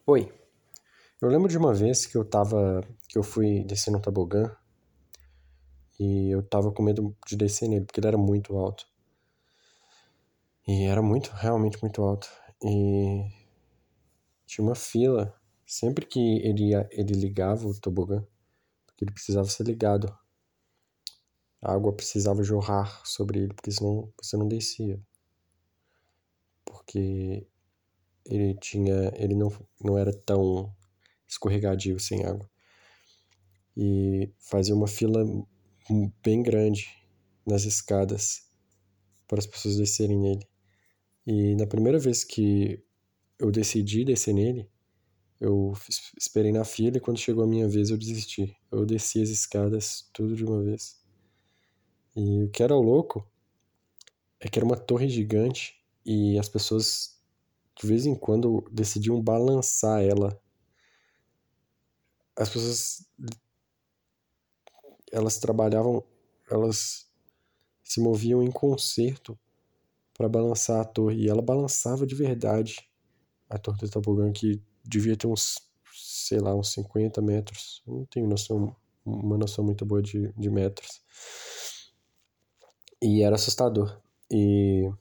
Oi, eu lembro de uma vez que eu fui descer no tobogã e eu tava com medo de descer nele, porque ele era muito alto. E era muito, realmente muito alto. E tinha uma fila, sempre que ele ligava o tobogã, porque ele precisava ser ligado. A água precisava jorrar sobre ele, porque senão você não descia. Porque ele não era tão escorregadio sem água. E fazia uma fila bem grande nas escadas para as pessoas descerem nele. E na primeira vez que eu decidi descer nele, eu esperei na fila e quando chegou a minha vez eu desisti. Eu desci as escadas tudo de uma vez. E o que era louco é que era uma torre gigante e as pessoas de vez em quando decidiam balançar ela. As pessoas, elas trabalhavam, elas se moviam em concerto para balançar a torre. E ela balançava de verdade a torre do tobogã, que devia ter uns, sei lá, uns 50 metros. Eu não tenho uma noção muito boa de metros. E era assustador. E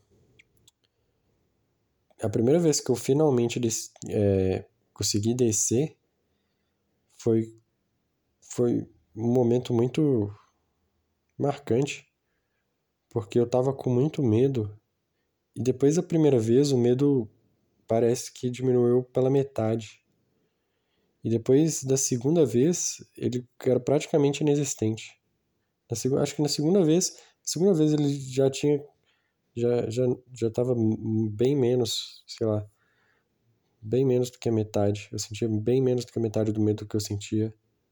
a primeira vez que eu finalmente consegui descer foi, foi um momento muito marcante, porque eu tava com muito medo. E depois da primeira vez, o medo parece que diminuiu pela metade. E depois da segunda vez, ele era praticamente inexistente. Acho que na segunda vez ele já tinha, já tava bem menos, sei lá, bem menos do que a metade. Eu sentia bem menos do que a metade do medo que eu sentia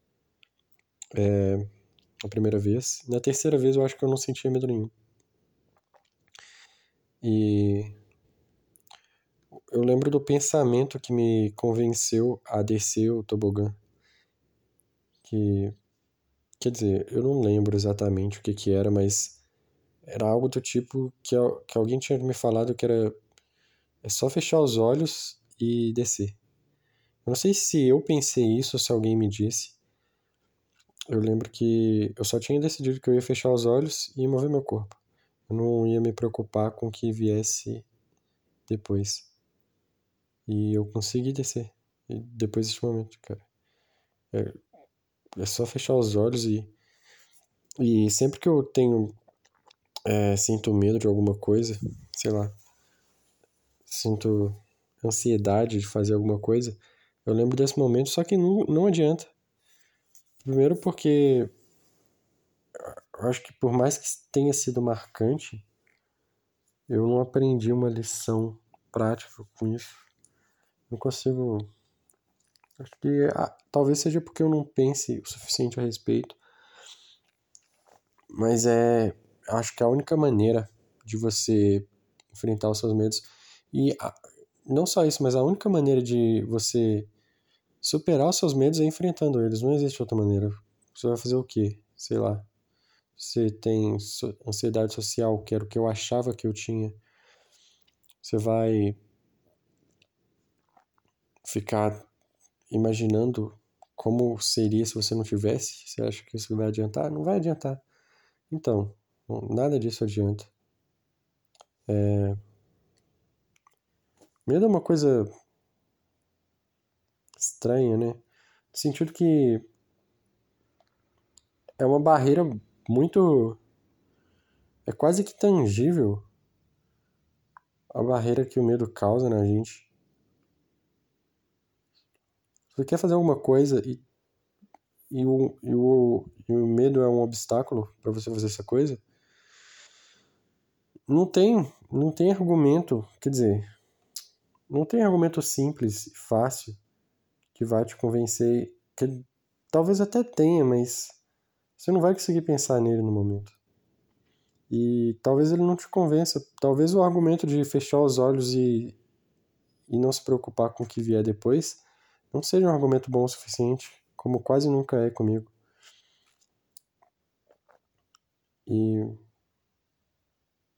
a primeira vez. Na terceira vez eu acho que eu não sentia medo nenhum. E eu lembro do pensamento que me convenceu a descer o tobogã. Que, quer dizer, eu não lembro exatamente o que que era, mas era algo do tipo que alguém tinha me falado que é só fechar os olhos e descer. Eu não sei se eu pensei isso ou se alguém me disse. Eu lembro que eu só tinha decidido que eu ia fechar os olhos e mover meu corpo. Eu não ia me preocupar com o que viesse depois. E eu consegui descer. E depois desse momento, cara. É, é só fechar os olhos e sempre que eu sinto medo de alguma coisa, sei lá, sinto ansiedade de fazer alguma coisa, eu lembro desse momento, só que não adianta. Primeiro porque eu acho que por mais que tenha sido marcante, eu não aprendi uma lição prática com isso. Não consigo. Acho que talvez seja porque eu não pense o suficiente a respeito, mas acho que a única maneira de você enfrentar os seus medos não só isso, mas a única maneira de você superar os seus medos é enfrentando eles. Não existe outra maneira. Você vai fazer o quê? Sei lá. Você tem ansiedade social, que era o que eu achava que eu tinha. Você vai ficar imaginando como seria se você não tivesse? Você acha que isso vai adiantar? Não vai adiantar. Então, nada disso adianta. Medo é uma coisa estranha, né? No sentido que é uma barreira muito. É quase que tangível a barreira que o medo causa na gente. Você quer fazer alguma coisa e o medo é um obstáculo para você fazer essa coisa, não tem argumento, quer dizer, não tem argumento simples e fácil que vai te convencer, talvez até tenha, mas você não vai conseguir pensar nele no momento. E talvez ele não te convença, talvez o argumento de fechar os olhos e não se preocupar com o que vier depois não seja um argumento bom o suficiente, como quase nunca é comigo. E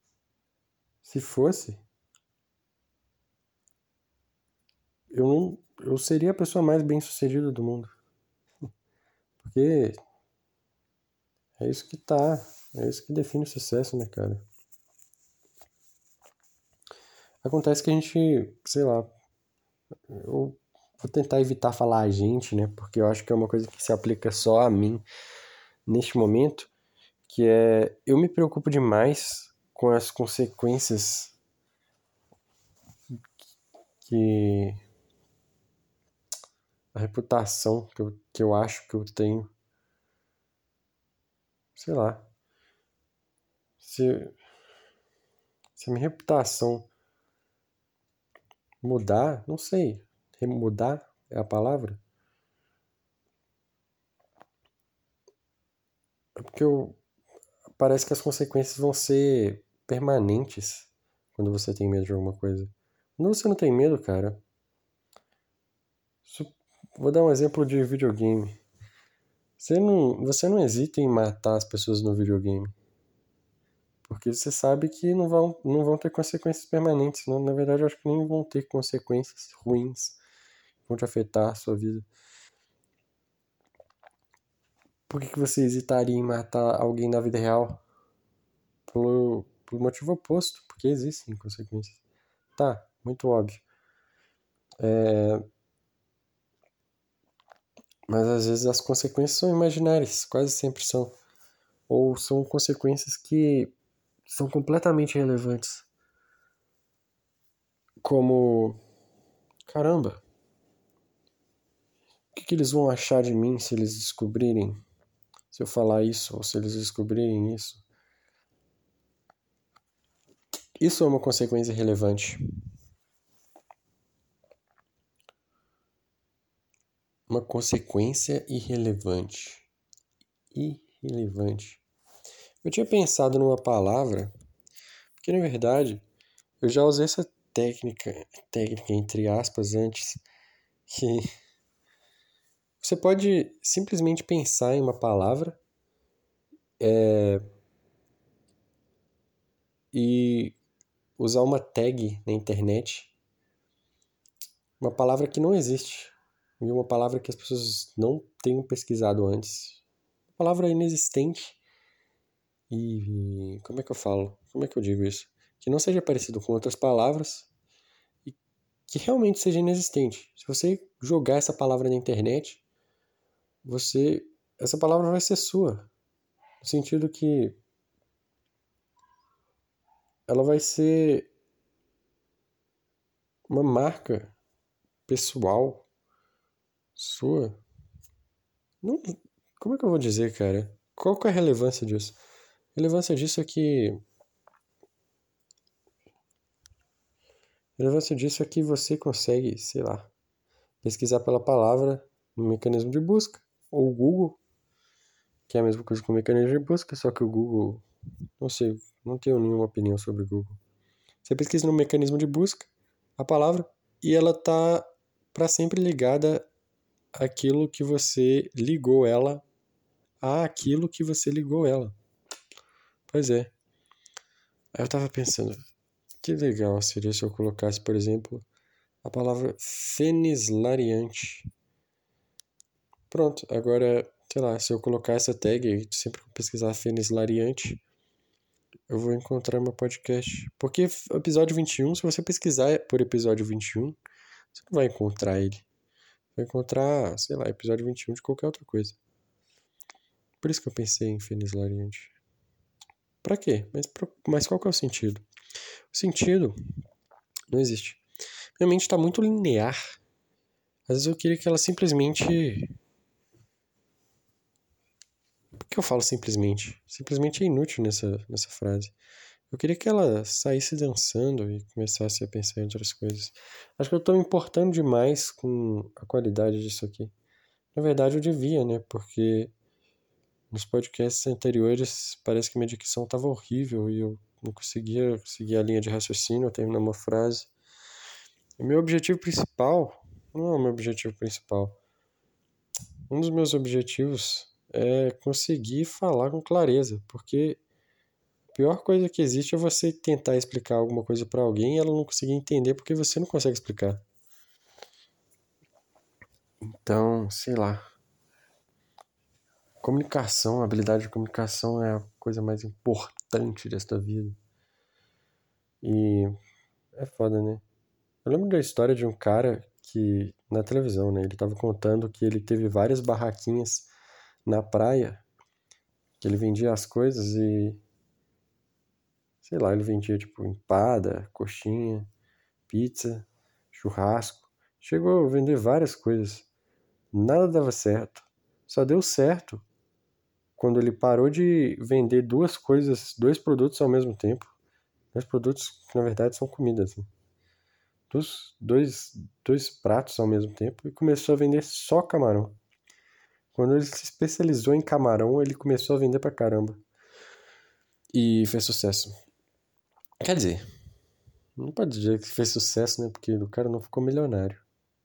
se fosse, eu eu seria a pessoa mais bem-sucedida do mundo. Porque é isso que é isso que define o sucesso, né, cara? Acontece que a gente, sei lá, eu vou tentar evitar falar a gente, né? Porque eu acho que é uma coisa que se aplica só a mim neste momento, que é eu me preocupo demais com as consequências que a reputação que eu acho que eu tenho, sei lá, se, se a minha reputação mudar, não sei, mudar é a palavra? É porque parece que as consequências vão ser permanentes quando você tem medo de alguma coisa. Quando você não tem medo, cara, vou dar um exemplo de videogame. Você não hesita em matar as pessoas no videogame. Porque você sabe que não vão ter consequências permanentes. Não? Na verdade, eu acho que nem vão ter consequências ruins que vão te afetar a sua vida. Por que você hesitaria em matar alguém na vida real? Pelo motivo oposto, porque existem consequências. Tá, muito óbvio. Mas às vezes as consequências são imaginárias, quase sempre são. Ou são consequências que são completamente irrelevantes. Como, caramba, o que eles vão achar de mim se eles descobrirem, se eu falar isso, ou se eles descobrirem isso? Isso é uma consequência irrelevante. Uma consequência irrelevante. Irrelevante. Eu tinha pensado numa palavra, porque na verdade eu já usei essa técnica entre aspas antes, que você pode simplesmente pensar em uma palavra e usar uma tag na internet, uma palavra que não existe, e uma palavra que as pessoas não tenham pesquisado antes. Uma palavra inexistente e como é que eu falo? Como é que eu digo isso? Que não seja parecido com outras palavras e que realmente seja inexistente. Se você jogar essa palavra na internet, essa palavra vai ser sua, no sentido que ela vai ser uma marca pessoal sua. Não, como é que eu vou dizer, cara? Qual que é a relevância disso? A relevância disso é que você consegue, sei lá, pesquisar pela palavra no mecanismo de busca. Ou o Google, que é a mesma coisa que o mecanismo de busca, só que o Google, não sei, não tenho nenhuma opinião sobre o Google. Você pesquisa no mecanismo de busca a palavra e ela tá para sempre ligada àquilo que você ligou ela àquilo que você ligou ela. Pois é. Aí eu tava pensando, que legal seria se eu colocasse, por exemplo, a palavra fenislariante. Pronto, agora, sei lá, se eu colocar essa tag e sempre que eu pesquisar fenislariante, eu vou encontrar meu podcast. Porque episódio 21, se você pesquisar por episódio 21, você não vai encontrar ele. Vai encontrar, sei lá, episódio 21 de qualquer outra coisa. Por isso que eu pensei em fenislariante. Pra quê? Mas qual que é o sentido? O sentido não existe. Minha mente está muito linear. Às vezes eu queria que ela simplesmente. Por que eu falo simplesmente? Simplesmente é inútil nessa frase. Eu queria que ela saísse dançando e começasse a pensar em outras coisas. Acho que eu estou me importando demais com a qualidade disso aqui. Na verdade, eu devia, né? Porque nos podcasts anteriores parece que minha dicção estava horrível e eu não conseguia seguir a linha de raciocínio, terminar uma frase. O meu objetivo principal, não é o meu objetivo principal. Um dos meus objetivos é conseguir falar com clareza, porque a pior coisa que existe é você tentar explicar alguma coisa para alguém e ela não conseguir entender porque você não consegue explicar. Então, sei lá. Comunicação, a habilidade de comunicação é a coisa mais importante desta vida. E é foda, né? Eu lembro da história de um cara que, na televisão, né? Ele tava contando que ele teve várias barraquinhas na praia, que ele vendia as coisas e, sei lá, ele vendia tipo empada, coxinha, pizza, churrasco. Chegou a vender várias coisas. Nada dava certo. Só deu certo quando ele parou de vender duas coisas, dois produtos ao mesmo tempo. Dois produtos que na verdade são comidas, né? Dois pratos ao mesmo tempo e começou a vender só camarão. Quando ele se especializou em camarão, ele começou a vender pra caramba. E fez sucesso. Quer dizer, não pode dizer que fez sucesso, né? Porque o cara não ficou milionário.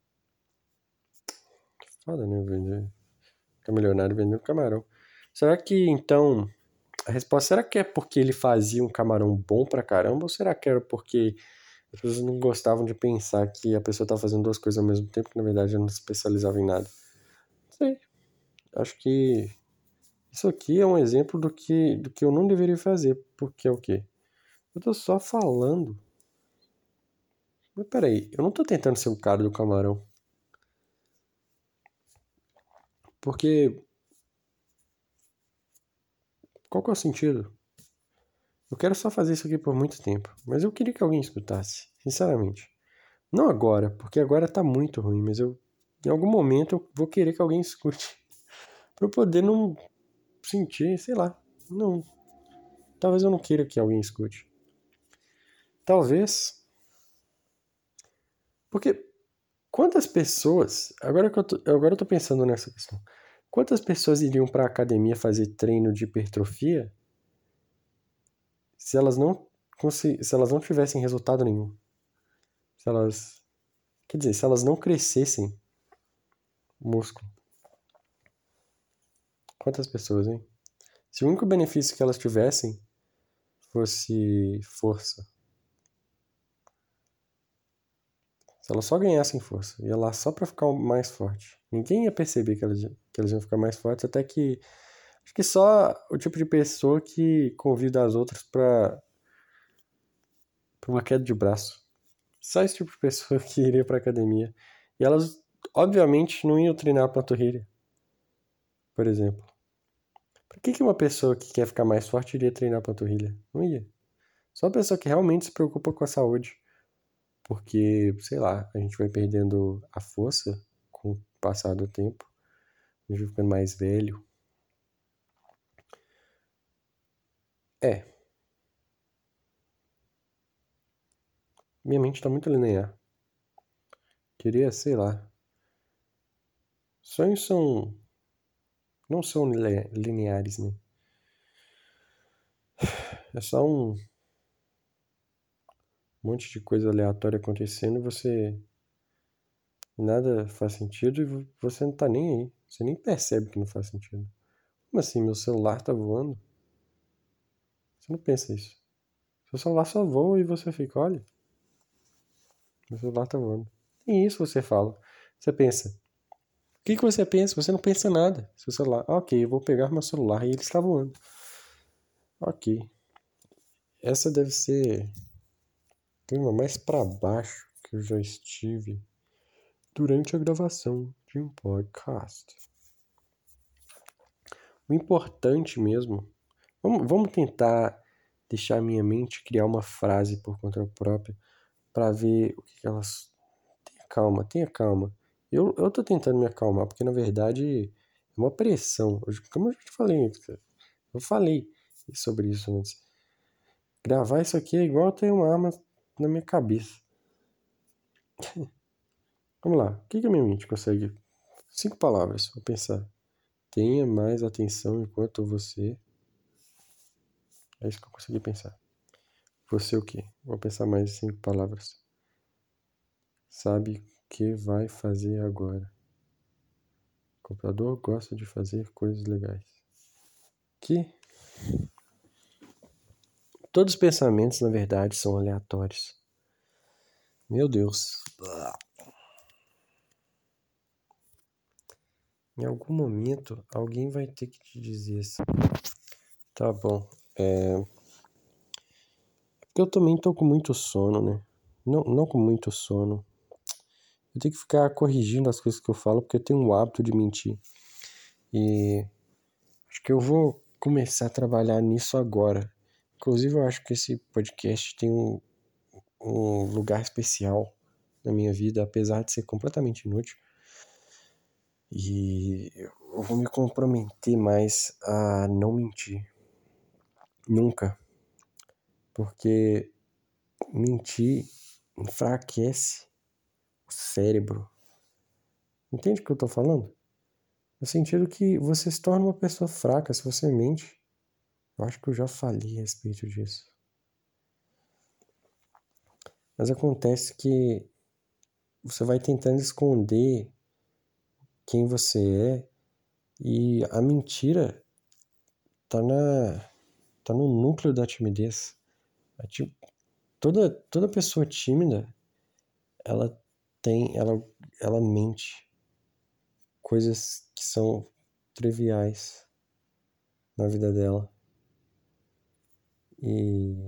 Foda, né? Vender. Ficar milionário vendendo camarão. Será que então. A resposta, será que é porque ele fazia um camarão bom pra caramba? Ou será que era porque as pessoas não gostavam de pensar que a pessoa estava fazendo duas coisas ao mesmo tempo, que na verdade não se especializava em nada? Não sei. Acho que isso aqui é um exemplo do que eu não deveria fazer. Porque é o quê? Eu tô só falando. Mas peraí, eu não tô tentando ser o cara do camarão. Porque qual que é o sentido? Eu quero só fazer isso aqui por muito tempo. Mas eu queria que alguém escutasse, sinceramente. Não agora, porque agora tá muito ruim, mas em algum momento eu vou querer que alguém escute. Pra eu poder não sentir, sei lá. Não. Talvez eu não queira que alguém escute. Talvez. Porque quantas pessoas. Agora eu tô pensando nessa questão. Quantas pessoas iriam pra academia fazer treino de hipertrofia se elas não, se elas não tivessem resultado nenhum? Se elas. Quer dizer, se elas não crescessem músculo. Quantas pessoas, hein? Se o único benefício que elas tivessem fosse força. Se elas só ganhassem força, ia lá só pra ficar mais forte. Ninguém ia perceber que elas iam ficar mais fortes, até que. Acho que só o tipo de pessoa que convida as outras pra uma queda de braço. Só esse tipo de pessoa que iria pra academia. E elas, obviamente, não iam treinar a panturrilha, por exemplo. Por que uma pessoa que quer ficar mais forte iria treinar a panturrilha? Não ia. Só uma pessoa que realmente se preocupa com a saúde. Porque, sei lá, a gente vai perdendo a força com o passar do tempo. A gente vai ficando mais velho. É, minha mente tá muito linear. Queria, sei lá. Sonhos são. Não são lineares, né? É só um monte de coisa aleatória acontecendo e você. Nada faz sentido e você não tá nem aí. Você nem percebe que não faz sentido. Como assim? Meu celular tá voando? Você não pensa isso. Seu celular só voa e você fica, olha, meu celular tá voando. E isso você fala. Você pensa. O que você pensa? Você não pensa nada. Seu celular. Ah, ok, eu vou pegar meu celular e ele está voando. Ok. Essa deve ser o clima mais pra baixo que eu já estive durante a gravação de um podcast. O importante mesmo. Vamos tentar deixar a minha mente criar uma frase por conta própria para ver o que elas. Tenha calma, tenha calma. Eu tô tentando me acalmar, porque na verdade é uma pressão. Como eu já te falei, eu falei sobre isso antes. Gravar isso aqui é igual ter uma arma na minha cabeça. Vamos lá. O que a minha mente consegue? 5 palavras, vou pensar. Tenha mais atenção enquanto você. É isso que eu consegui pensar. Você o quê? Vou pensar mais 5 palavras. Sabe o que vai fazer agora? O computador gosta de fazer coisas legais. Que todos os pensamentos, na verdade, são aleatórios. Meu Deus. Em algum momento, alguém vai ter que te dizer assim. Tá bom. Porque eu também tô com muito sono, né? Não, não com muito sono. Eu tenho que ficar corrigindo as coisas que eu falo, porque eu tenho um hábito de mentir. E acho que eu vou começar a trabalhar nisso agora. Inclusive, eu acho que esse podcast tem um lugar especial na minha vida, apesar de ser completamente inútil. E eu vou me comprometer mais a não mentir. Nunca. Porque mentir enfraquece o cérebro. Entende o que eu tô falando? No sentido que você se torna uma pessoa fraca se você mente. Eu acho que eu já falei a respeito disso. Mas acontece que você vai tentando esconder quem você é e a mentira tá tá no núcleo da timidez. Toda pessoa tímida, ela ela mente coisas que são triviais na vida dela. E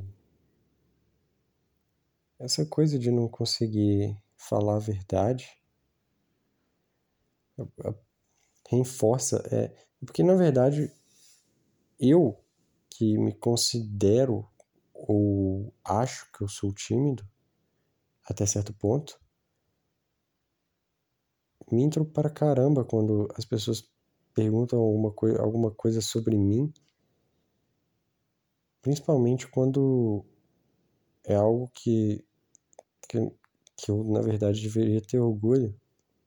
essa coisa de não conseguir falar a verdade reforça, porque na verdade eu que me considero ou acho que eu sou tímido até certo ponto, minto para caramba quando as pessoas perguntam alguma coisa sobre mim, principalmente quando é algo que, que eu, na verdade, deveria ter orgulho,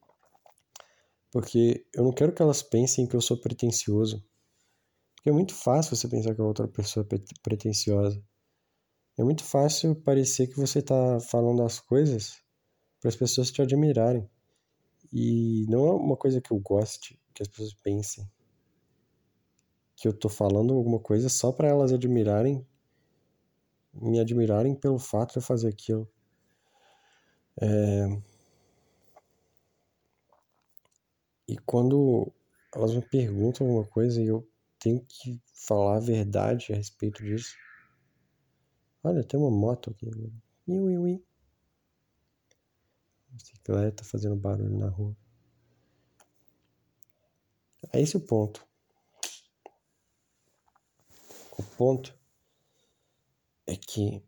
porque eu não quero que elas pensem que eu sou pretensioso, porque é muito fácil você pensar que a outra pessoa é pretensiosa. É muito fácil parecer que você está falando as coisas para as pessoas te admirarem. E não é uma coisa que eu goste, que as pessoas pensem que eu tô falando alguma coisa só para elas me admirarem pelo fato de eu fazer aquilo. E quando elas me perguntam alguma coisa e eu tenho que falar a verdade a respeito disso. Olha, tem uma moto aqui. Ui, ui, ui. Bicicleta fazendo barulho na rua. É esse o ponto. O ponto é que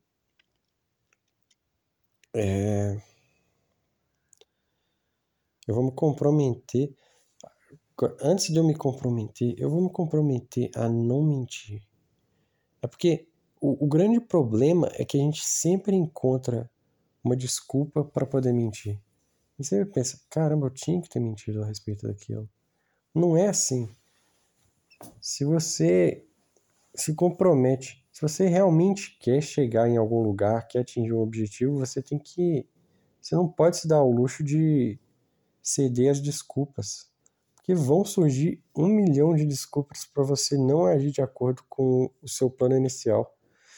eu vou me comprometer. Antes de eu me comprometer, eu vou me comprometer a não mentir. É porque o grande problema é que a gente sempre encontra uma desculpa para poder mentir. E você pensa, caramba, eu tinha que ter mentido a respeito daquilo. Não é assim. Se você se compromete, se você realmente quer chegar em algum lugar, quer atingir um objetivo, você não pode se dar ao luxo de ceder às desculpas. Porque vão surgir 1 milhão de desculpas para você não agir de acordo com o seu plano inicial.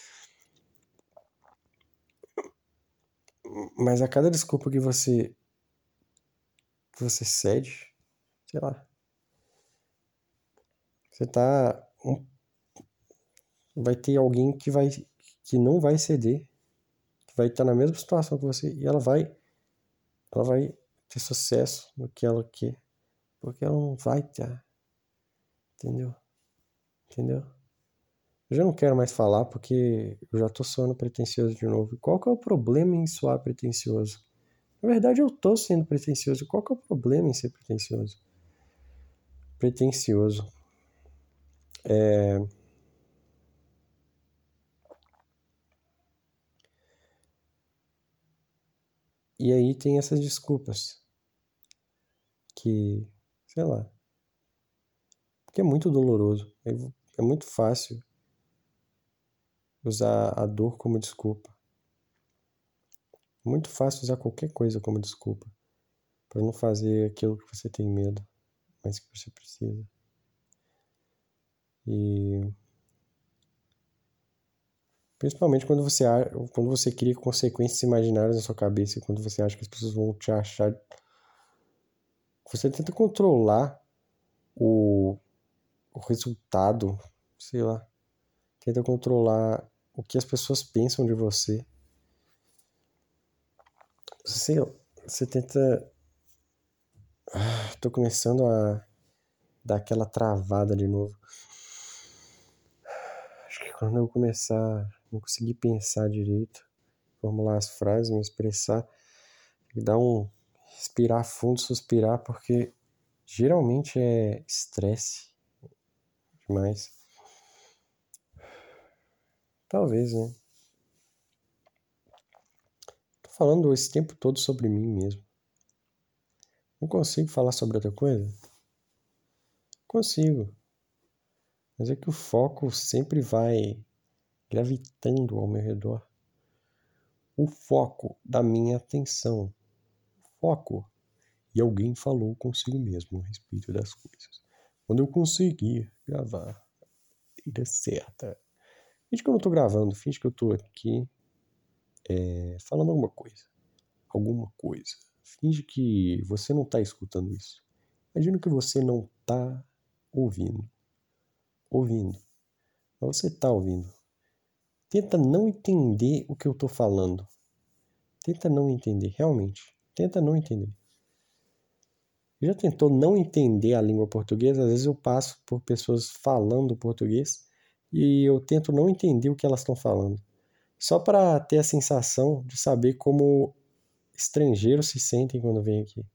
Mas a cada desculpa que você cede, sei lá, você tá. Vai ter alguém que não vai ceder, que vai estar na mesma situação que você, e ela vai ter sucesso no que ela quer, porque ela não vai ter, entendeu? Entendeu? Eu já não quero mais falar porque eu já tô soando pretensioso de novo. Qual que é o problema em soar pretensioso? Na verdade, eu tô sendo pretensioso. Qual que é o problema em ser pretensioso? Pretensioso. E aí tem essas desculpas que, sei lá, porque é muito doloroso. É muito fácil usar a dor como desculpa. É muito fácil usar qualquer coisa como desculpa para não fazer aquilo que você tem medo, mas que você precisa. E principalmente quando você cria consequências imaginárias na sua cabeça, quando você acha que as pessoas vão te achar, você tenta controlar o, o resultado, sei lá. Tenta controlar o que as pessoas pensam de você. Sei lá, você tenta. Tô começando a dar aquela travada de novo. Acho que quando eu começar a não conseguir pensar direito, formular as frases, me expressar, dar um respirar fundo, suspirar, porque geralmente é estresse demais. Talvez, né? Tô falando esse tempo todo sobre mim mesmo. Não consigo falar sobre outra coisa? Consigo. Mas é que o foco sempre vai gravitando ao meu redor. O foco da minha atenção. Foco. E alguém falou consigo mesmo a respeito das coisas. Quando eu conseguir gravar a vida certa. Finge que eu não tô gravando, finge que eu tô aqui falando alguma coisa. Alguma coisa. Finge que você não tá escutando isso. Imagina que você não tá ouvindo. Ouvindo. Mas você tá ouvindo. Tenta não entender o que eu tô falando. Tenta não entender, realmente. Tenta não entender. Já tentou não entender a língua portuguesa? Às vezes eu passo por pessoas falando português e eu tento não entender o que elas estão falando. Só para ter a sensação de saber como estrangeiros se sentem quando vêm aqui.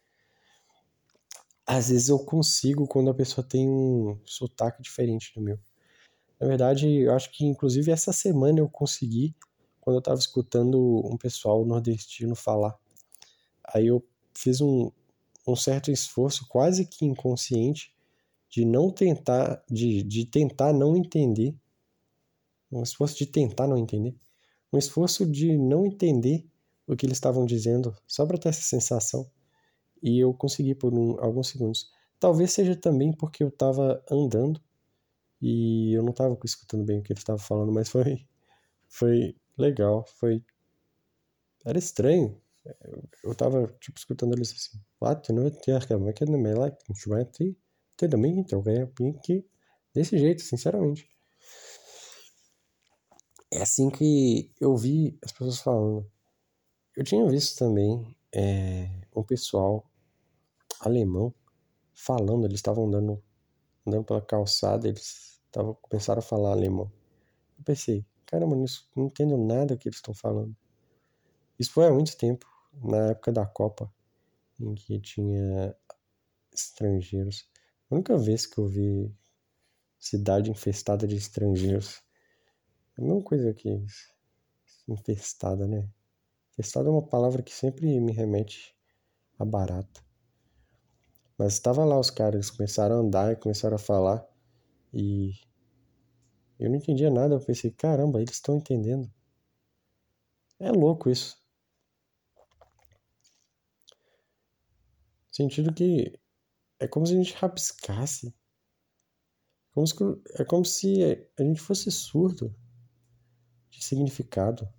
Às vezes eu consigo quando a pessoa tem um sotaque diferente do meu. Na verdade, eu acho que inclusive essa semana eu consegui, quando eu estava escutando um pessoal nordestino falar. Aí eu fiz um certo esforço quase que inconsciente de não tentar, de tentar não entender, um esforço de tentar não entender, um esforço de não entender o que eles estavam dizendo, só para ter essa sensação. E eu consegui por alguns segundos. Talvez seja também porque eu estava andando e eu não estava escutando bem o que eles estavam falando, mas foi legal, era estranho. Eu tava, tipo, escutando eles assim. Desse jeito, sinceramente. É assim que eu vi as pessoas falando. Eu tinha visto também um pessoal alemão falando, eles estavam andando pela calçada, começaram a falar alemão. Eu pensei, caramba, não entendo nada que eles estão falando. Isso foi há muito tempo, na época da Copa, em que tinha estrangeiros. A única vez que eu vi cidade infestada de estrangeiros. É a mesma coisa que infestada, né? Infestada é uma palavra que sempre me remete a barata. Mas estava lá os caras, eles começaram a andar e começaram a falar. E eu não entendia nada. Eu pensei, caramba, eles estão entendendo. É louco isso. No sentido que é como se a gente rabiscasse. É como se a gente fosse surdo de significado.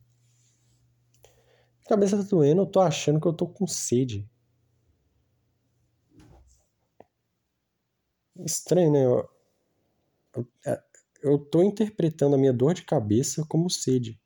A cabeça tá doendo, eu tô achando que eu tô com sede. Estranho, né? Eu tô interpretando a minha dor de cabeça como sede.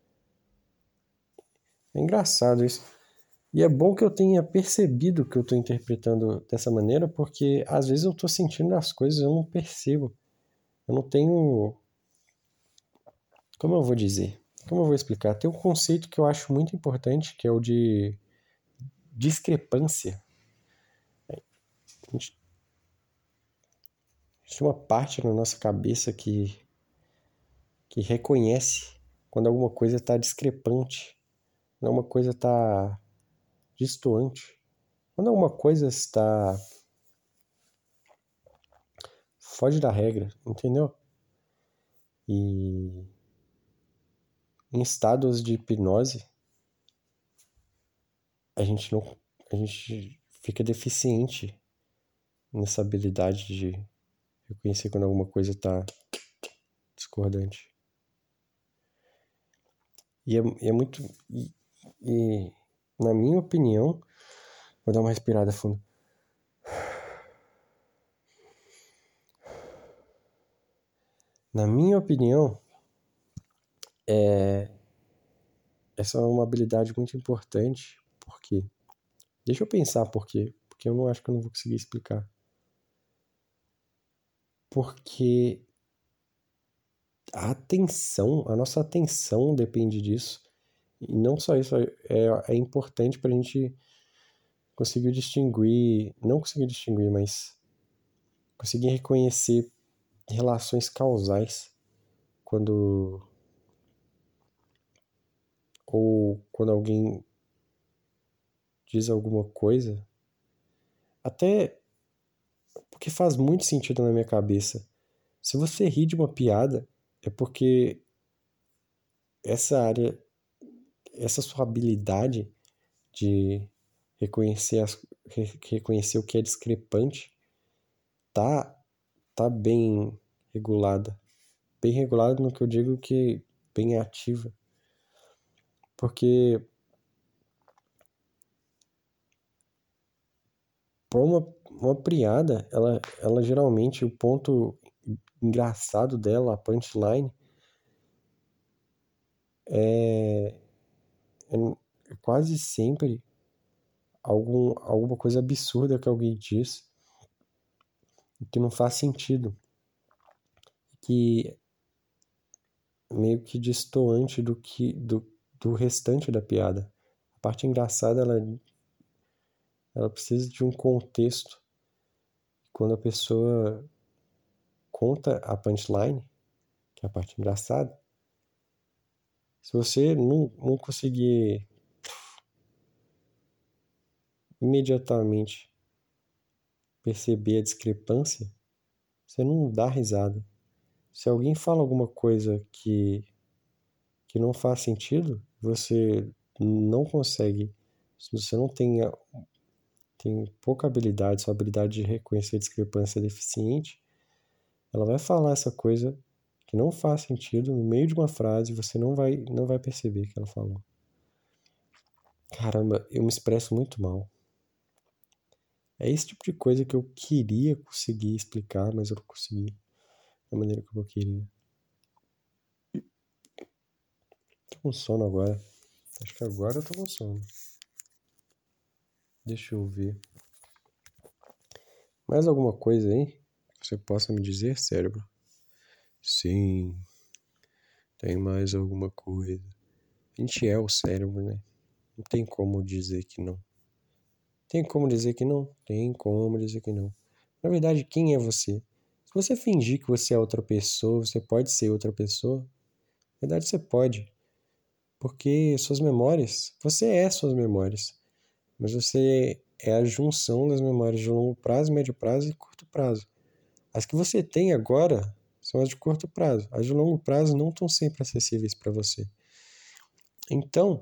É engraçado isso. E é bom que eu tenha percebido que eu tô interpretando dessa maneira, porque às vezes eu tô sentindo as coisas e eu não percebo. Eu não tenho. Como eu vou dizer? Como eu vou explicar? Tem um conceito que eu acho muito importante, que é o de discrepância. A gente tem uma parte na nossa cabeça que reconhece quando alguma coisa está discrepante, quando alguma coisa está distoante, quando alguma coisa está foge da regra, entendeu? E em estados de hipnose, a gente não, a gente fica deficiente nessa habilidade de reconhecer quando alguma coisa está discordante. E é muito. E, na minha opinião, vou dar uma respirada fundo. Na minha opinião, essa é uma habilidade muito importante. Por quê? Deixa eu pensar por quê. Porque eu não acho que eu não vou conseguir explicar. Porque a nossa atenção depende disso. E não só isso, é importante para a gente conseguir distinguir, não conseguir distinguir, mas conseguir reconhecer relações causais quando ou quando alguém diz alguma coisa, até porque faz muito sentido na minha cabeça. Se você ri de uma piada, é porque essa área, essa sua habilidade de reconhecer o que é discrepante tá, tá bem regulada. Bem regulada no que eu digo que bem ativa. Porque para uma piada, ela geralmente, o ponto engraçado dela, a punchline, é, é quase sempre alguma coisa absurda que alguém diz que não faz sentido, que meio que destoante do restante da piada. A parte engraçada, ela precisa de um contexto. Quando a pessoa conta a punchline, que é a parte engraçada, se você não conseguir imediatamente perceber a discrepância, você não dá risada. Se alguém fala alguma coisa que não faz sentido, você não consegue, se você não tem pouca habilidade, sua habilidade de reconhecer a discrepância é deficiente, ela vai falar essa coisa que não faz sentido no meio de uma frase e você não vai perceber que ela falou. Caramba, eu me expresso muito mal. É esse tipo de coisa que eu queria conseguir explicar, mas eu não consegui da maneira como eu queria. Tô com sono agora. Acho que agora eu tô com sono. Deixa eu ver. Mais alguma coisa aí que você possa me dizer, cérebro? Sim, tem mais alguma coisa. A gente é o cérebro, né? Não tem como dizer que não. Tem como dizer que não? Tem como dizer que não. Na verdade, quem é você? Se você fingir que você é outra pessoa, você pode ser outra pessoa. Na verdade, você pode. Porque suas memórias, você é suas memórias. Mas você é a junção das memórias de longo prazo, médio prazo e curto prazo. As que você tem agora são as de curto prazo. As de longo prazo não estão sempre acessíveis para você. Então,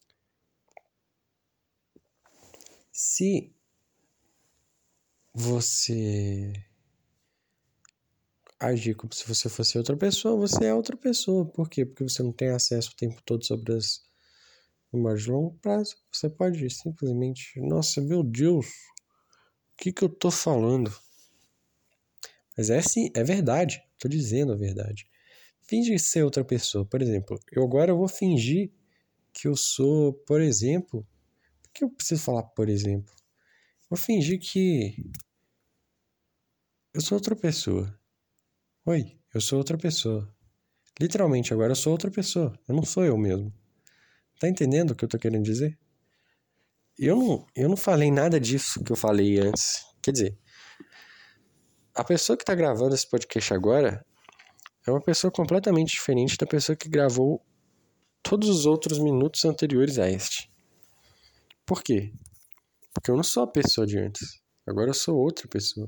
se você agir como se você fosse outra pessoa, você é outra pessoa. Por quê? Porque você não tem acesso o tempo todo sobre as memórias de longo prazo. Você pode simplesmente, nossa, meu Deus, o que eu tô falando? Mas é sim, é verdade. Tô dizendo a verdade. Finge ser outra pessoa. Por exemplo, eu agora vou fingir que eu sou, por exemplo... Por que eu preciso falar por exemplo? Vou fingir que eu sou outra pessoa. Oi, eu sou outra pessoa. Literalmente, agora eu sou outra pessoa. Eu não sou eu mesmo. Tá entendendo o que eu tô querendo dizer? Eu não falei nada disso que eu falei antes. Quer dizer, a pessoa que tá gravando esse podcast agora é uma pessoa completamente diferente da pessoa que gravou todos os outros minutos anteriores a este. Por quê? Porque eu não sou a pessoa de antes. Agora eu sou outra pessoa.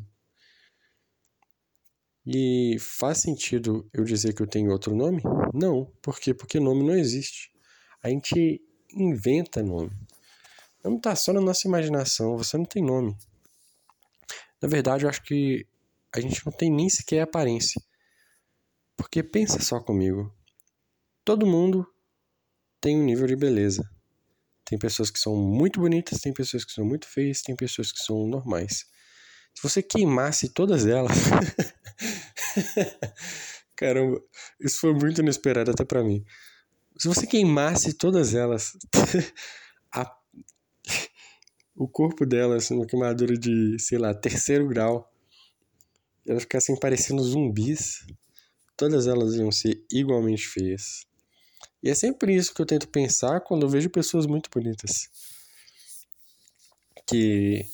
E faz sentido eu dizer que eu tenho outro nome? Não. Por quê? Porque nome não existe. A gente inventa nome. Nome tá só na nossa imaginação. Você não tem nome. Na verdade, eu acho que a gente não tem nem sequer aparência. Porque pensa só comigo. Todo mundo tem um nível de beleza. Tem pessoas que são muito bonitas, tem pessoas que são muito feias, tem pessoas que são normais. Se você queimasse todas elas, Caramba, isso foi muito inesperado até pra mim. Se você queimasse todas elas, a- o corpo delas numa queimadura de, sei lá, terceiro grau, elas ficassem parecendo zumbis, todas elas iam ser igualmente feias. E é sempre isso que eu tento pensar quando eu vejo pessoas muito bonitas. Que,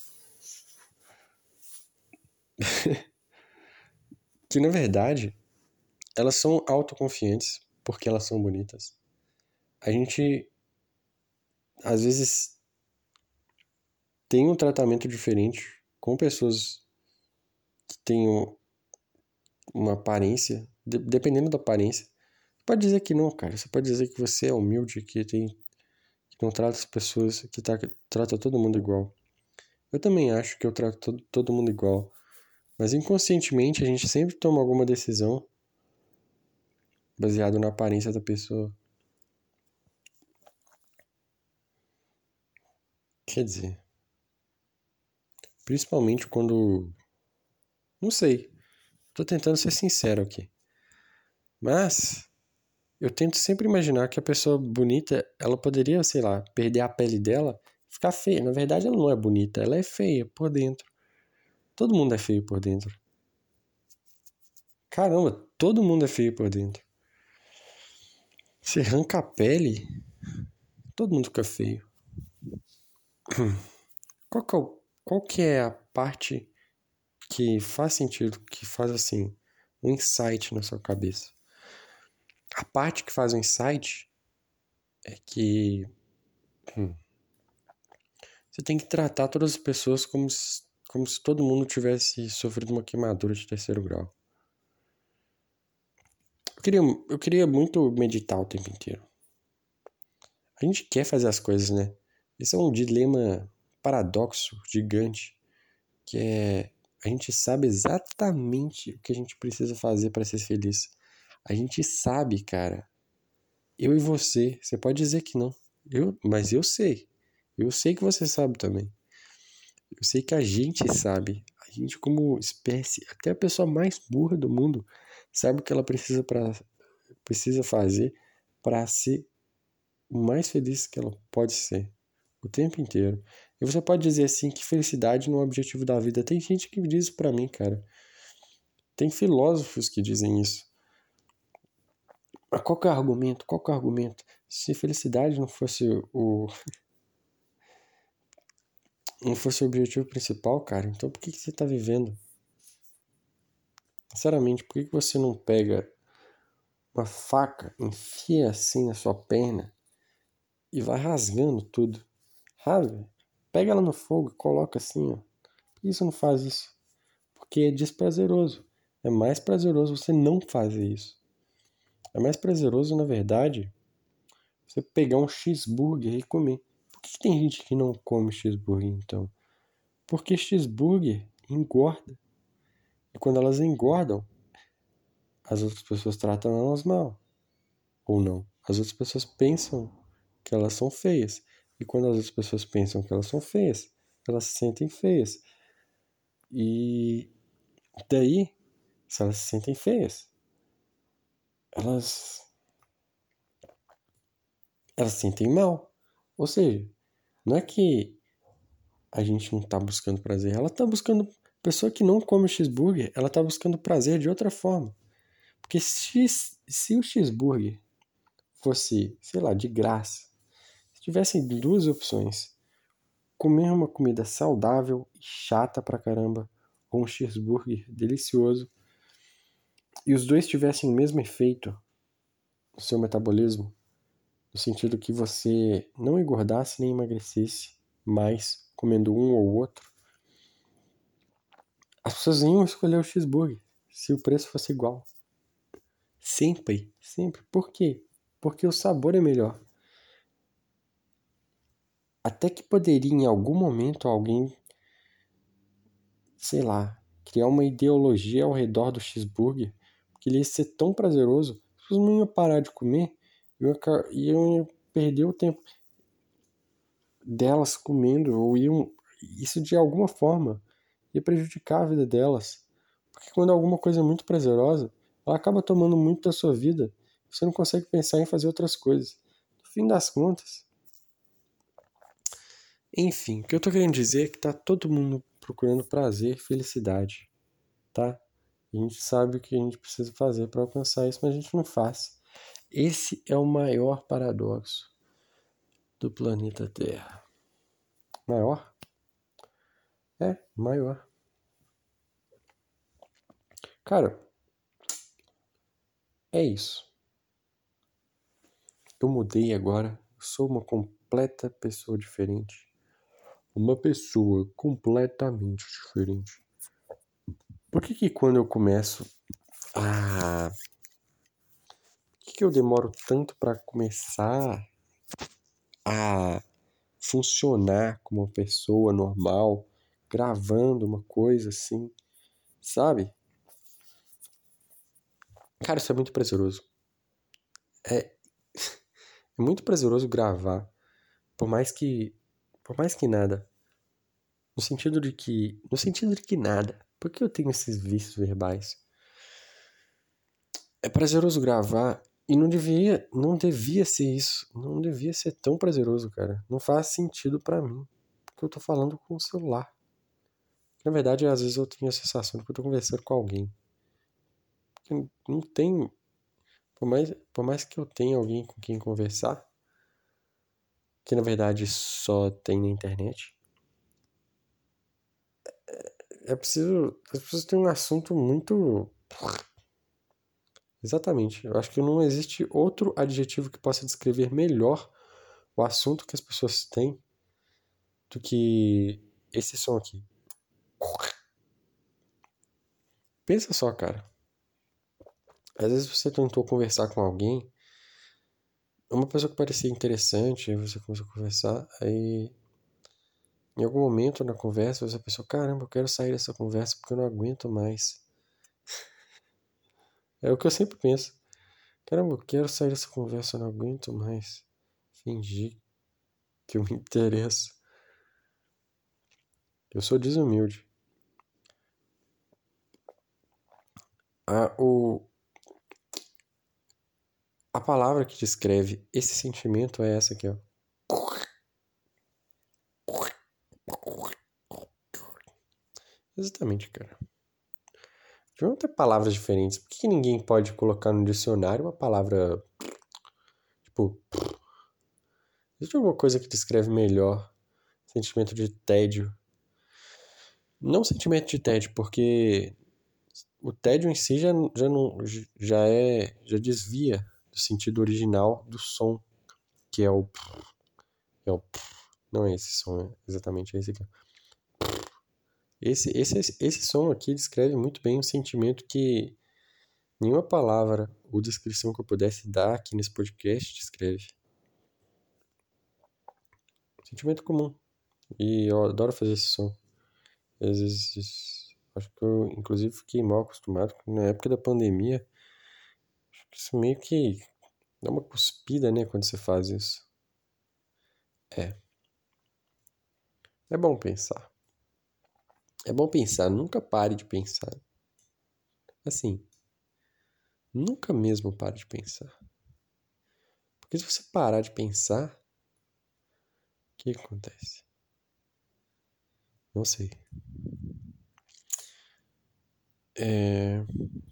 que na verdade, elas são autoconfiantes porque elas são bonitas. A gente, às vezes, tem um tratamento diferente com pessoas que têm uma aparência, dependendo da aparência. Você pode dizer que não, cara. Você pode dizer que você é humilde, que não trata as pessoas, trata todo mundo igual. Eu também acho que eu trato todo mundo igual. Mas inconscientemente a gente sempre toma alguma decisão baseado na aparência da pessoa. Quer dizer, principalmente quando. Não sei. Tô tentando ser sincero aqui. Mas eu tento sempre imaginar que a pessoa bonita, ela poderia, sei lá, perder a pele dela, ficar feia. Na verdade, ela não é bonita, ela é feia por dentro. Todo mundo é feio por dentro. Caramba, todo mundo é feio por dentro. Se arranca a pele, todo mundo fica feio. Qual que é a parte que faz sentido, que faz assim, um insight na sua cabeça? A parte que faz o insight é que você tem que tratar todas as pessoas como se todo mundo tivesse sofrido uma queimadura de terceiro grau. Eu queria muito meditar o tempo inteiro. A gente quer fazer as coisas, né? Esse é um dilema paradoxo gigante, que é a gente sabe exatamente o que a gente precisa fazer para ser feliz. A gente sabe, cara. Eu e você pode dizer que não. Mas eu sei. Eu sei que você sabe também. Eu sei que a gente sabe. A gente, como espécie, até a pessoa mais burra do mundo, sabe o que ela precisa fazer para ser o mais feliz que ela pode ser. O tempo inteiro. E você pode dizer assim que felicidade não é o objetivo da vida. Tem gente que diz isso pra mim, cara. Tem filósofos que dizem isso. Mas qual que é o argumento? Qual que é o argumento? Se felicidade não fosse o objetivo principal, cara, então por que você tá vivendo? Sinceramente, por que você não pega uma faca, enfia assim na sua perna e vai rasgando tudo? Rasga. Pega ela no fogo e coloca assim, ó. Por que você não faz isso? Porque é desprazeroso. É mais prazeroso você não fazer isso. É mais prazeroso, na verdade, você pegar um cheeseburger e comer. Por que tem gente que não come cheeseburger, então? Porque cheeseburger engorda. E quando elas engordam, as outras pessoas tratam elas mal. Ou não. As outras pessoas pensam que elas são feias. E quando as outras pessoas pensam que elas são feias, elas se sentem feias. E daí, se elas se sentem feias, elas, elas se sentem mal. Ou seja, não é que a gente não tá buscando prazer, ela tá buscando. Pessoa que não come cheeseburger, ela tá buscando prazer de outra forma. Porque se o cheeseburger fosse, sei lá, de graça, se tivessem duas opções, comer uma comida saudável e chata pra caramba, ou um cheeseburger delicioso, e os dois tivessem o mesmo efeito no seu metabolismo, no sentido que você não engordasse nem emagrecesse mais comendo um ou outro, as pessoas iam escolher o cheeseburger se o preço fosse igual. Sempre, sempre. Por quê? Porque o sabor é melhor. Até que poderia em algum momento alguém, sei lá, criar uma ideologia ao redor do cheeseburger, que ele ia ser tão prazeroso, as pessoas não iam parar de comer, iam perder o tempo delas comendo, ou iam, isso de alguma forma ia prejudicar a vida delas. Porque quando alguma coisa é muito prazerosa, ela acaba tomando muito da sua vida. Você não consegue pensar em fazer outras coisas. No fim das contas. Enfim, o que eu tô querendo dizer é que tá todo mundo procurando prazer e felicidade, tá? A gente sabe o que a gente precisa fazer para alcançar isso, mas a gente não faz. Esse é o maior paradoxo do planeta Terra. Maior? É, maior. Cara, é isso. Eu mudei agora. Eu sou uma completa pessoa diferente. Uma pessoa completamente diferente. Por que quando eu começo a... Por que eu demoro tanto para começar a funcionar como uma pessoa normal, gravando uma coisa assim, sabe? Cara, isso é muito prazeroso. É, é muito prazeroso gravar, por mais que nada. No sentido de que nada. Por que eu tenho esses vícios verbais? É prazeroso gravar e não devia ser isso. Não devia ser tão prazeroso, cara. Não faz sentido pra mim. Porque eu tô falando com o celular. Na verdade, às vezes eu tenho a sensação de que eu tô conversando com alguém. Porque não tem, por mais que eu tenha alguém com quem conversar, que na verdade só tem na internet, é preciso ter um assunto muito. Exatamente. Eu acho que não existe outro adjetivo que possa descrever melhor o assunto que as pessoas têm do que esse som aqui. Pensa só, cara. Às vezes você tentou conversar com alguém, uma pessoa que parecia interessante, aí você começou a conversar, aí em algum momento na conversa você pensou, caramba, eu quero sair dessa conversa porque eu não aguento mais. É o que eu sempre penso. Caramba, eu quero sair dessa conversa, eu não aguento mais. Fingir que eu me interesso. Eu sou desumilde. A, o, a palavra que descreve esse sentimento é essa aqui, ó. Exatamente, cara. Deviam ter palavras diferentes. Por que ninguém pode colocar no dicionário uma palavra, tipo, existe alguma coisa que descreve melhor sentimento de tédio? Não sentimento de tédio, porque o tédio em si já não, já desvia do sentido original do som, que é o, não é esse som, é exatamente esse aqui. Esse som aqui descreve muito bem um sentimento que nenhuma palavra ou descrição que eu pudesse dar aqui nesse podcast descreve. Sentimento comum. E eu adoro fazer esse som. Às vezes, acho que eu, inclusive, fiquei mal acostumado. Na época da pandemia, acho que isso meio que dá uma cuspida, né, quando você faz isso. É. É bom pensar. É bom pensar. Nunca pare de pensar. Assim, nunca mesmo pare de pensar. Porque se você parar de pensar, o que acontece? Não sei. É...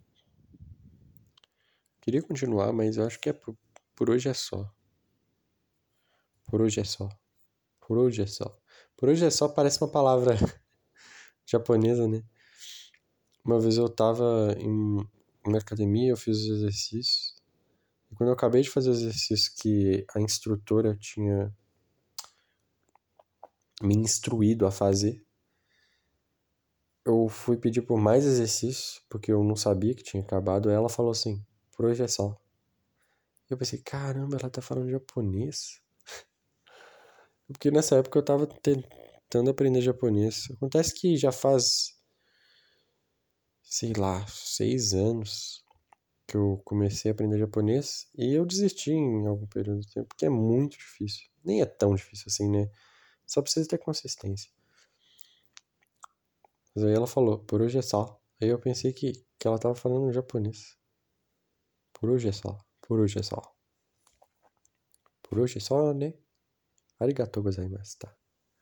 Queria continuar, mas eu acho que por hoje é só. Por hoje é só. Por hoje é só. Por hoje é só parece uma palavra japonesa, né? Uma vez eu tava em uma academia, eu fiz os exercícios. E quando eu acabei de fazer os exercícios que a instrutora tinha me instruído a fazer, eu fui pedir por mais exercícios, porque eu não sabia que tinha acabado. Aí ela falou assim, por hoje é só. Eu pensei, caramba, ela tá falando japonês? Porque nessa época eu tava tentando aprender japonês. Acontece que já faz, sei lá, 6 anos que eu comecei a aprender japonês e eu desisti em algum período do tempo, porque é muito difícil. Nem é tão difícil assim, né? Só precisa ter consistência. Mas aí ela falou, por hoje é só. Aí eu pensei que ela tava falando japonês. Por hoje é só. Por hoje é só. Por hoje é só, né? Arigatou gozaimasu, tá?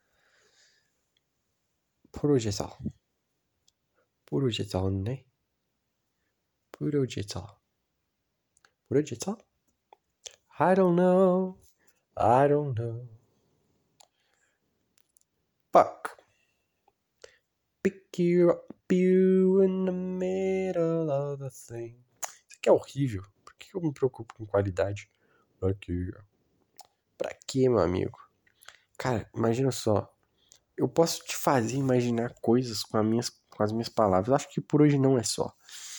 Por hoje é só. Por hoje é só, né? Por hoje é só. Por hoje é só? I don't know. I don't know. Fuck. Pick you up you in the middle of the thing. Isso aqui é horrível. Por que eu me preocupo com qualidade? Aqui. Pra quê, meu amigo? Cara, imagina só. Eu posso te fazer imaginar coisas com as minhas palavras. Eu acho que por hoje não é só.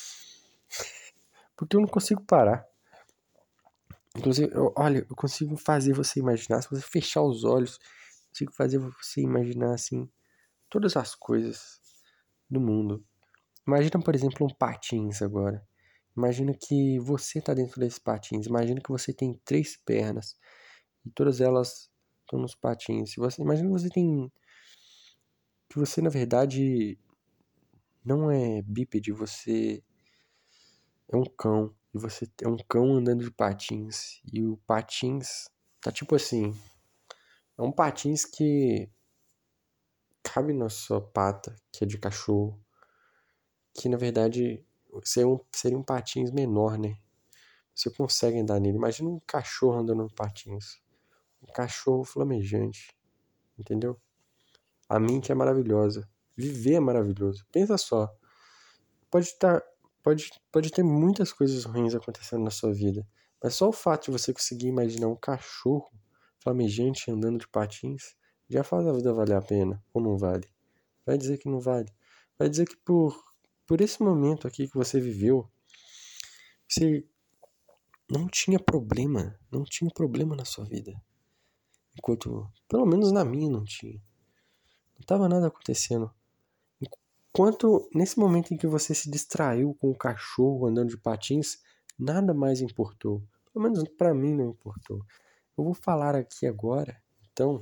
Porque eu não consigo parar. Inclusive, olha, eu consigo fazer você imaginar. Se você fechar os olhos, eu consigo fazer você imaginar, assim, todas as coisas do mundo. Imagina, por exemplo, um patins agora. Imagina que você tá dentro desses patins. Imagina que você tem 3 pernas e todas elas estão nos patins. Imagina que você tem... Que você, na verdade, não é bípede, você é um cão. E você é um cão andando de patins. E o patins tá tipo assim... É um patins que cabe na sua pata, que é de cachorro. Que, na verdade, seria um patins menor, né? Você consegue andar nele. Imagina um cachorro andando no patins. Um cachorro flamejante. Entendeu? A mente é maravilhosa. Viver é maravilhoso. Pensa só. Pode estar. Pode ter muitas coisas ruins acontecendo na sua vida. Mas só o fato de você conseguir imaginar um cachorro flamejante andando de patins já faz a vida valer a pena. Ou não vale? Vai dizer que não vale. Vai dizer que por esse momento aqui que você viveu, você não tinha problema. Não tinha problema na sua vida. Enquanto, pelo menos na minha, não tinha. Não tava nada acontecendo. Enquanto, nesse momento em que você se distraiu com o cachorro andando de patins, nada mais importou. Pelo menos pra mim não importou. Eu vou falar aqui agora, então,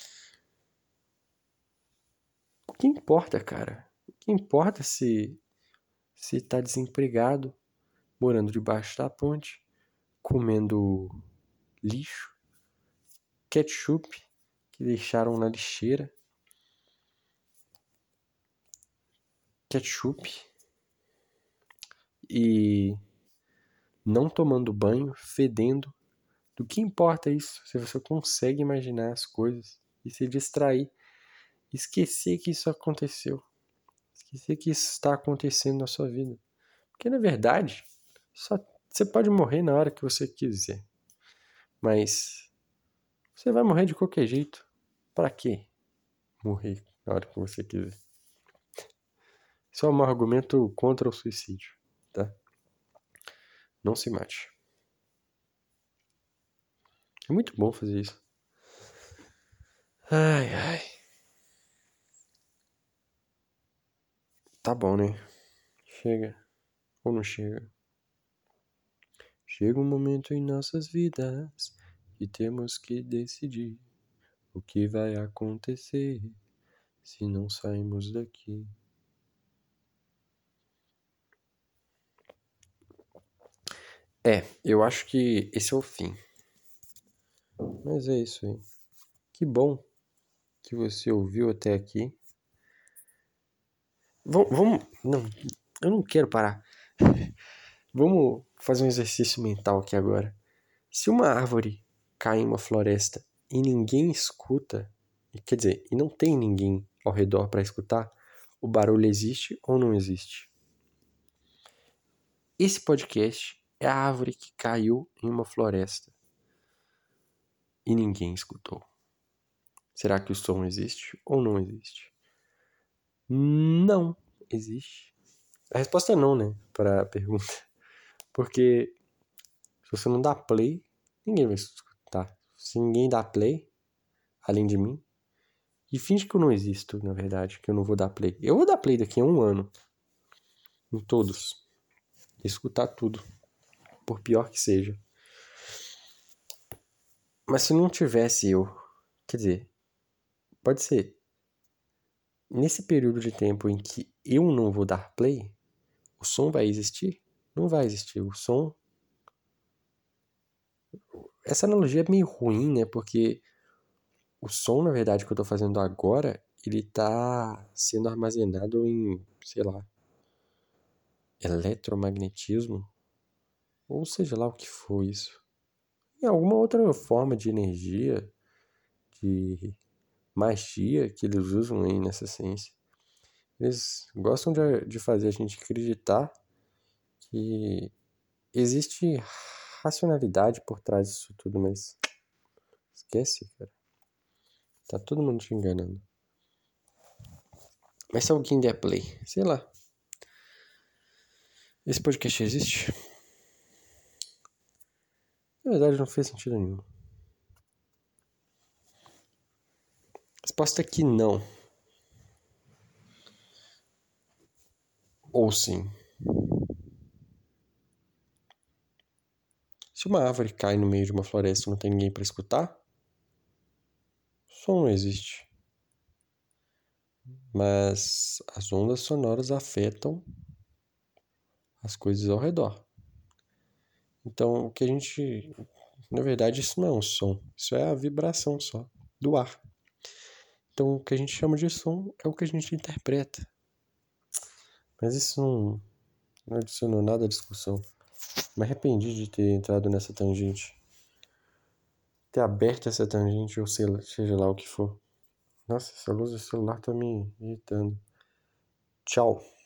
o que importa, cara? O que importa se tá desempregado, morando debaixo da ponte, comendo lixo, ketchup que deixaram na lixeira, ketchup e não tomando banho, fedendo. Do que importa isso se você consegue imaginar as coisas e se distrair, esquecer que isso aconteceu, esquecer que isso está acontecendo na sua vida. Porque na verdade, só você pode morrer na hora que você quiser, mas você vai morrer de qualquer jeito. Para quê morrer na hora que você quiser? Isso é um argumento contra o suicídio, tá? Não se mate. É muito bom fazer isso. Ai, ai. Tá bom, né? Chega. Ou não chega? Chega um momento em nossas vidas que temos que decidir o que vai acontecer se não sairmos daqui. Eu acho que esse é o fim. Mas é isso aí. Que bom que você ouviu até aqui. Vamos. Não, eu não quero parar. Vamos fazer um exercício mental aqui agora. Se uma árvore cai em uma floresta e ninguém escuta, quer dizer, e não tem ninguém ao redor para escutar, o barulho existe ou não existe? Esse podcast é a árvore que caiu em uma floresta e ninguém escutou. Será que o som existe ou não existe? Não existe. A resposta é não, né? Para a pergunta. Porque se você não dá play, ninguém vai escutar. Se ninguém dá play, além de mim, e finge que eu não existo, na verdade, que eu não vou dar play. Eu vou dar play daqui a 1 ano. Em todos. Escutar tudo. Por pior que seja. Mas se não tivesse eu, quer dizer, pode ser. Nesse período de tempo em que eu não vou dar play, o som vai existir? Não vai existir. O som essa analogia é meio ruim, né? Porque o som, na verdade, que eu tô fazendo agora, ele tá sendo armazenado em, sei lá, eletromagnetismo, ou seja lá o que for isso. Em alguma outra forma de energia, de magia que eles usam aí nessa ciência. Eles gostam de fazer a gente acreditar que existe racionalidade por trás disso tudo, mas esquece, cara. Tá todo mundo te enganando. Mas se alguém der play, sei lá. Esse podcast existe? Na verdade, não fez sentido nenhum. Resposta é que não. Ou sim. Se uma árvore cai no meio de uma floresta e não tem ninguém para escutar, o som não existe. Mas as ondas sonoras afetam as coisas ao redor. Então, o que a gente... Na verdade, isso não é um som. Isso é a vibração só do ar. Então, o que a gente chama de som é o que a gente interpreta. Mas isso não adicionou nada à discussão. Me arrependi de ter entrado nessa tangente. Ter aberto essa tangente, ou seja lá o que for. Nossa, essa luz do celular tá me irritando. Tchau.